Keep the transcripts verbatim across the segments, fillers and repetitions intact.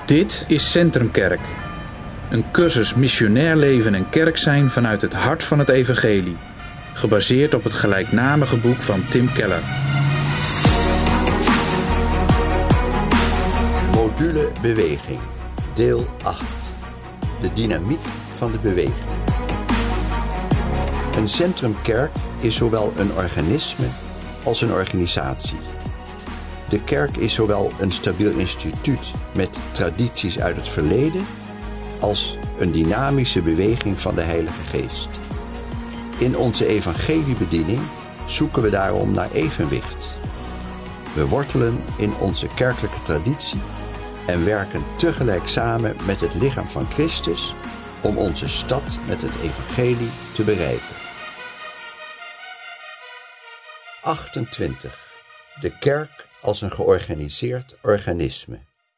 Dit is Centrumkerk, een cursus missionair leven en kerk zijn vanuit het hart van het evangelie, gebaseerd op het gelijknamige boek van Tim Keller. Module Beweging, deel acht. De dynamiek van de beweging. Een centrumkerk is zowel een organisme als een organisatie. De kerk is zowel een stabiel instituut met tradities uit het verleden als een dynamische beweging van de Heilige Geest. In onze evangeliebediening zoeken we daarom naar evenwicht. We wortelen in onze kerkelijke traditie en werken tegelijk samen met het lichaam van Christus om onze stad met het evangelie te bereiken. achtentwintig. De kerk als een georganiseerd organisme.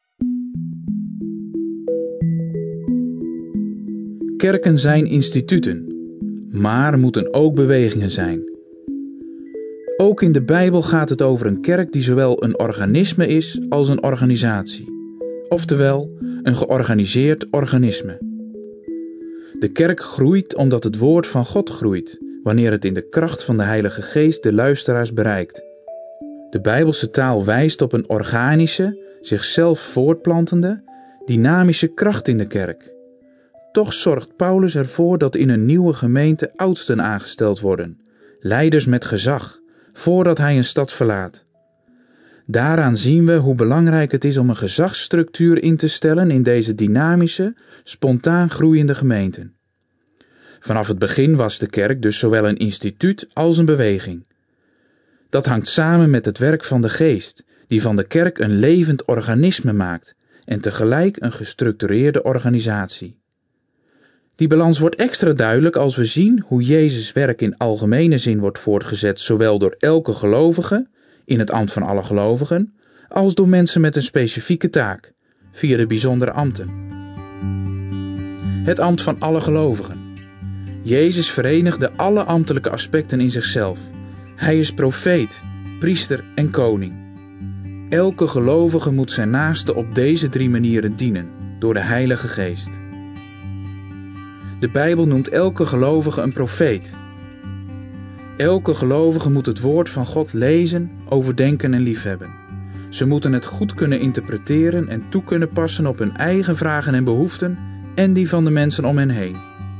Kerken zijn instituten, maar moeten ook bewegingen zijn. Ook in de Bijbel gaat het over een kerk die zowel een organisme is als een organisatie. Oftewel, een georganiseerd organisme. De kerk groeit omdat het woord van God groeit, wanneer het in de kracht van de Heilige Geest de luisteraars bereikt. De Bijbelse taal wijst op een organische, zichzelf voortplantende, dynamische kracht in de kerk. Toch zorgt Paulus ervoor dat in een nieuwe gemeente oudsten aangesteld worden, leiders met gezag, voordat hij een stad verlaat. Daaraan zien we hoe belangrijk het is om een gezagsstructuur in te stellen in deze dynamische, spontaan groeiende gemeenten. Vanaf het begin was de kerk dus zowel een instituut als een beweging. Dat hangt samen met het werk van de Geest, die van de kerk een levend organisme maakt en tegelijk een gestructureerde organisatie. Die balans wordt extra duidelijk als we zien hoe Jezus' werk in algemene zin wordt voortgezet, zowel door elke gelovige, in het ambt van alle gelovigen, als door mensen met een specifieke taak, via de bijzondere ambten. Het ambt van alle gelovigen. Jezus verenigde alle ambtelijke aspecten in zichzelf. Hij is profeet, priester en koning. Elke gelovige moet zijn naaste op deze drie manieren dienen, door de Heilige Geest. De Bijbel noemt elke gelovige een profeet. Elke gelovige moet het woord van God lezen, overdenken en liefhebben. Ze moeten het goed kunnen interpreteren en toe kunnen passen op hun eigen vragen en behoeften en die van de mensen om hen heen.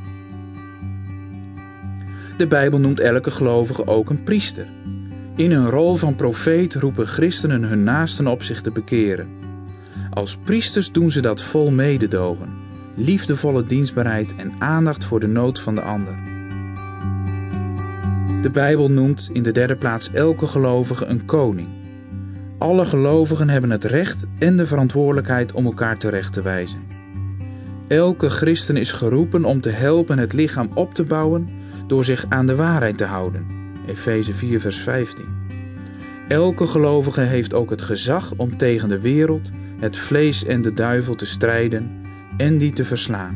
De Bijbel noemt elke gelovige ook een priester. In hun rol van profeet roepen christenen hun naasten op zich te bekeren. Als priesters doen ze dat vol mededogen, liefdevolle dienstbaarheid en aandacht voor de nood van de ander. De Bijbel noemt in de derde plaats elke gelovige een koning. Alle gelovigen hebben het recht en de verantwoordelijkheid om elkaar terecht te wijzen. Elke christen is geroepen om te helpen het lichaam op te bouwen door zich aan de waarheid te houden. Efeze vier vers vijftien. Elke gelovige heeft ook het gezag om tegen de wereld, het vlees en de duivel te strijden en die te verslaan.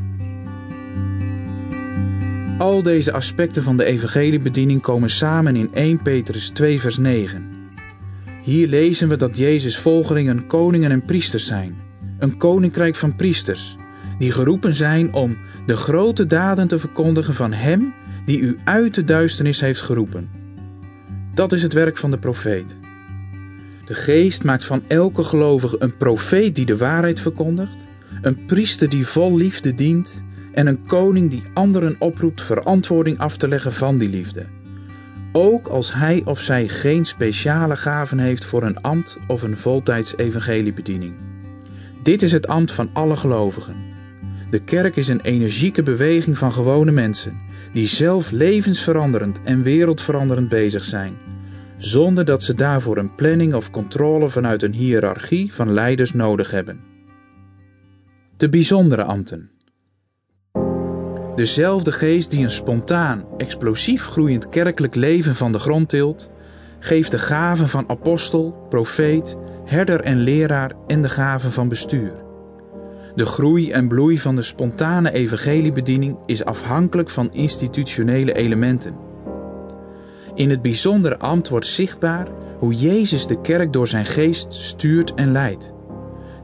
Al deze aspecten van de evangeliebediening komen samen in eerste Petrus twee vers negen. Hier lezen we dat Jezus' volgelingen koningen en priesters zijn. Een koninkrijk van priesters, die geroepen zijn om de grote daden te verkondigen van Hem die u uit de duisternis heeft geroepen. Dat is het werk van de profeet. De Geest maakt van elke gelovige een profeet die de waarheid verkondigt, een priester die vol liefde dient en een koning die anderen oproept verantwoording af te leggen van die liefde. Ook als hij of zij geen speciale gaven heeft voor een ambt of een voltijds evangeliebediening. Dit is het ambt van alle gelovigen. De kerk is een energieke beweging van gewone mensen, die zelf levensveranderend en wereldveranderend bezig zijn, zonder dat ze daarvoor een planning of controle vanuit een hiërarchie van leiders nodig hebben. De bijzondere ambten. Dezelfde Geest die een spontaan, explosief groeiend kerkelijk leven van de grond tilt, geeft de gaven van apostel, profeet, herder en leraar en de gaven van bestuur. De groei en bloei van de spontane evangeliebediening is afhankelijk van institutionele elementen. In het bijzondere ambt wordt zichtbaar hoe Jezus de kerk door zijn Geest stuurt en leidt.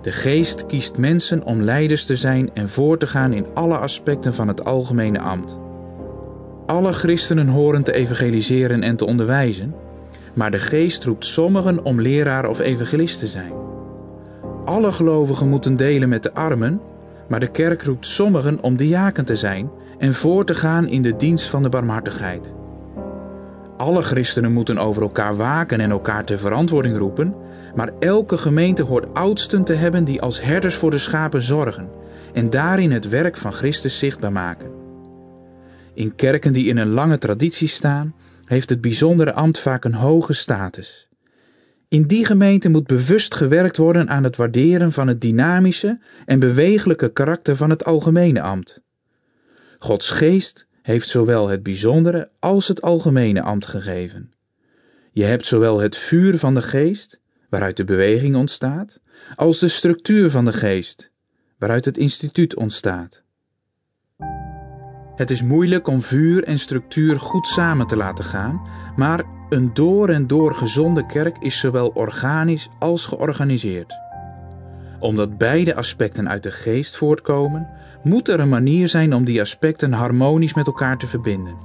De Geest kiest mensen om leiders te zijn en voor te gaan in alle aspecten van het algemene ambt. Alle christenen horen te evangeliseren en te onderwijzen, maar de Geest roept sommigen om leraar of evangelist te zijn. Alle gelovigen moeten delen met de armen, maar de kerk roept sommigen om diaken te zijn en voor te gaan in de dienst van de barmhartigheid. Alle christenen moeten over elkaar waken en elkaar ter verantwoording roepen, maar elke gemeente hoort oudsten te hebben die als herders voor de schapen zorgen en daarin het werk van Christus zichtbaar maken. In kerken die in een lange traditie staan, heeft het bijzondere ambt vaak een hoge status. In die gemeente moet bewust gewerkt worden aan het waarderen van het dynamische en bewegelijke karakter van het algemene ambt. Gods Geest heeft zowel het bijzondere als het algemene ambt gegeven. Je hebt zowel het vuur van de Geest, waaruit de beweging ontstaat, als de structuur van de Geest, waaruit het instituut ontstaat. Het is moeilijk om vuur en structuur goed samen te laten gaan, maar een door en door gezonde kerk is zowel organisch als georganiseerd. Omdat beide aspecten uit de Geest voortkomen, moet er een manier zijn om die aspecten harmonisch met elkaar te verbinden.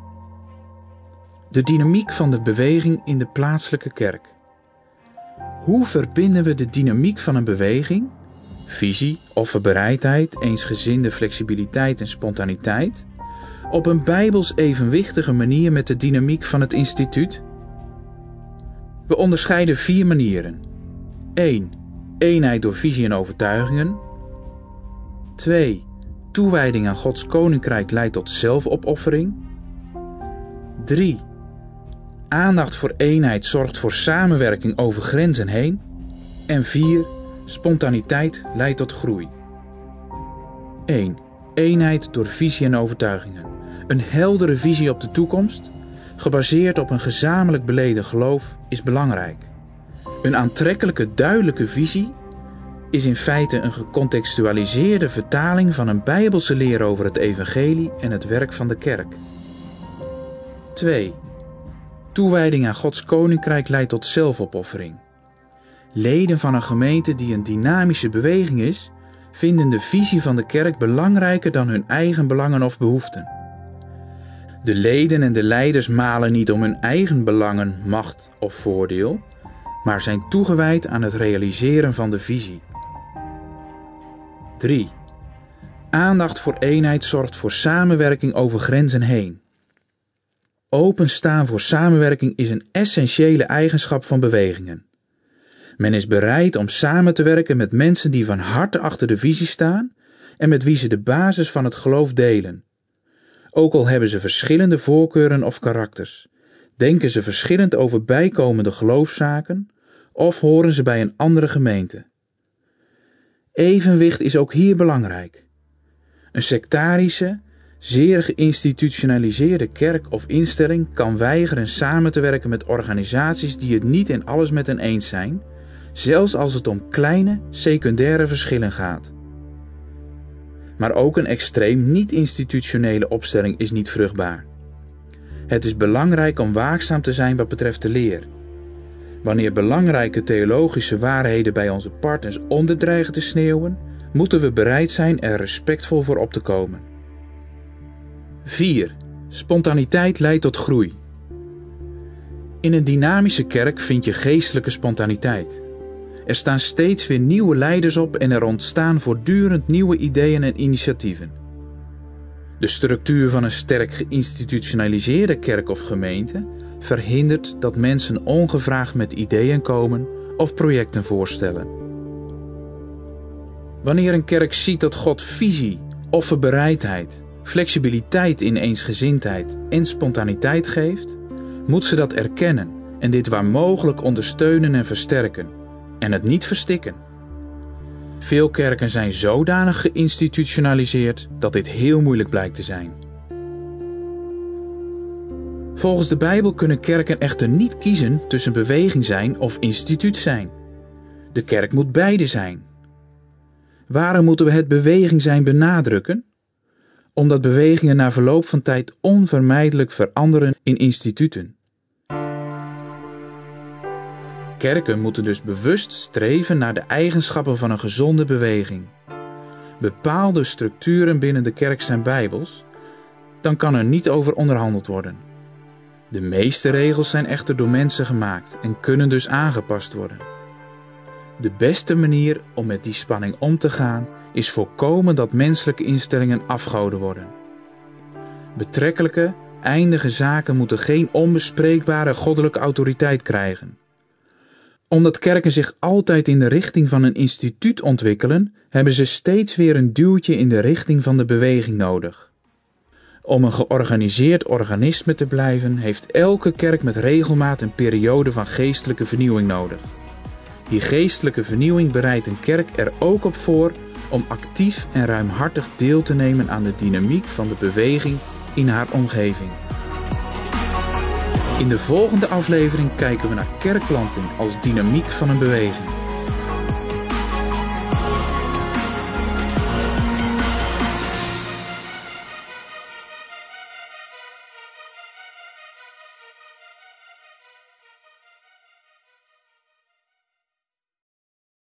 De dynamiek van de beweging in de plaatselijke kerk. Hoe verbinden we de dynamiek van een beweging, visie, offerbereidheid, eensgezinde flexibiliteit en spontaniteit, op een bijbels evenwichtige manier met de dynamiek van het instituut? We onderscheiden vier manieren. één. Eenheid door visie en overtuigingen. twee. Toewijding aan Gods koninkrijk leidt tot zelfopoffering. drie. Aandacht voor eenheid zorgt voor samenwerking over grenzen heen. En vier. Spontaniteit leidt tot groei. één. Eenheid door visie en overtuigingen. Een heldere visie op de toekomst, gebaseerd op een gezamenlijk beleden geloof, is belangrijk. Een aantrekkelijke, duidelijke visie is in feite een gecontextualiseerde vertaling van een bijbelse leer over het evangelie en het werk van de kerk. twee. Toewijding aan Gods koninkrijk leidt tot zelfopoffering. Leden van een gemeente die een dynamische beweging is, vinden de visie van de kerk belangrijker dan hun eigen belangen of behoeften. De leden en de leiders malen niet om hun eigen belangen, macht of voordeel, maar zijn toegewijd aan het realiseren van de visie. drie. Aandacht voor eenheid zorgt voor samenwerking over grenzen heen. Openstaan voor samenwerking is een essentiële eigenschap van bewegingen. Men is bereid om samen te werken met mensen die van harte achter de visie staan en met wie ze de basis van het geloof delen. Ook al hebben ze verschillende voorkeuren of karakters, denken ze verschillend over bijkomende geloofszaken of horen ze bij een andere gemeente. Evenwicht is ook hier belangrijk. Een sectarische, zeer geïnstitutionaliseerde kerk of instelling kan weigeren samen te werken met organisaties die het niet in alles met hen eens zijn, zelfs als het om kleine, secundaire verschillen gaat. Maar ook een extreem niet-institutionele opstelling is niet vruchtbaar. Het is belangrijk om waakzaam te zijn wat betreft de leer. Wanneer belangrijke theologische waarheden bij onze partners onderdreigen te sneeuwen, moeten we bereid zijn er respectvol voor op te komen. vier. Spontaniteit leidt tot groei. In een dynamische kerk vind je geestelijke spontaniteit. Er staan steeds weer nieuwe leiders op en er ontstaan voortdurend nieuwe ideeën en initiatieven. De structuur van een sterk geïnstitutionaliseerde kerk of gemeente verhindert dat mensen ongevraagd met ideeën komen of projecten voorstellen. Wanneer een kerk ziet dat God visie, offerbereidheid, flexibiliteit in eensgezindheid en spontaniteit geeft, moet ze dat erkennen en dit waar mogelijk ondersteunen en versterken en het niet verstikken. Veel kerken zijn zodanig geïnstitutionaliseerd dat dit heel moeilijk blijkt te zijn. Volgens de Bijbel kunnen kerken echter niet kiezen tussen beweging zijn of instituut zijn. De kerk moet beide zijn. Waarom moeten we het beweging zijn benadrukken? Omdat bewegingen na verloop van tijd onvermijdelijk veranderen in instituten. Kerken moeten dus bewust streven naar de eigenschappen van een gezonde beweging. Bepaalde structuren binnen de kerk zijn bijbels, dan kan er niet over onderhandeld worden. De meeste regels zijn echter door mensen gemaakt en kunnen dus aangepast worden. De beste manier om met die spanning om te gaan is voorkomen dat menselijke instellingen afgoden worden. Betrekkelijke, eindige zaken moeten geen onbespreekbare goddelijke autoriteit krijgen. Omdat kerken zich altijd in de richting van een instituut ontwikkelen, hebben ze steeds weer een duwtje in de richting van de beweging nodig. Om een georganiseerd organisme te blijven, heeft elke kerk met regelmaat een periode van geestelijke vernieuwing nodig. Die geestelijke vernieuwing bereidt een kerk er ook op voor om actief en ruimhartig deel te nemen aan de dynamiek van de beweging in haar omgeving. In de volgende aflevering kijken we naar kerkplanting als dynamiek van een beweging.